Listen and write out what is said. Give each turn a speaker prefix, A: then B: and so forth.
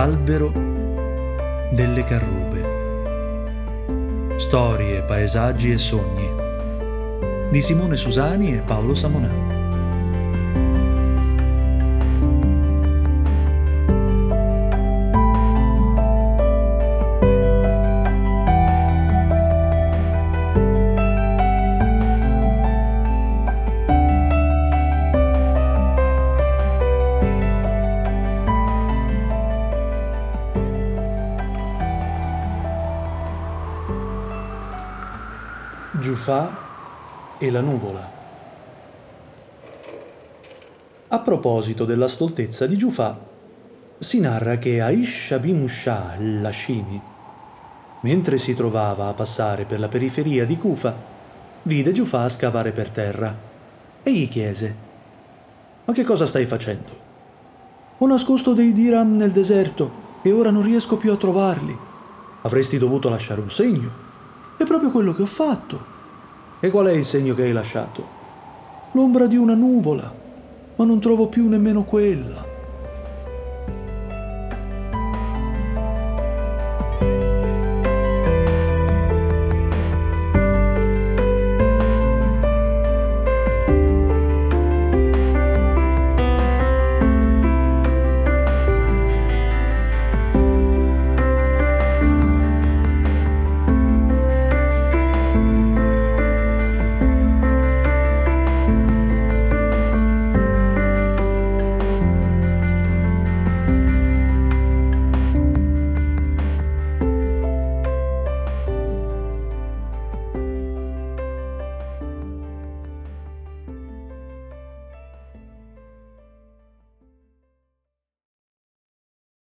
A: L'albero delle carrube. Storie, paesaggi e sogni di Simone Susani e Paolo Samonà. Giufà e la nuvola. A proposito della stoltezza di Giufà, si narra che Aisha bin Shah al-Hashimi, mentre si trovava a passare per la periferia di Kufa, vide Giufà scavare per terra e gli chiese: «Ma che cosa stai facendo?» «Ho nascosto dei dirham nel deserto e ora non riesco più a trovarli. Avresti dovuto lasciare un segno. È proprio quello che ho fatto». «E qual è il segno che hai lasciato?» «L'ombra di una nuvola, ma non trovo più nemmeno quella».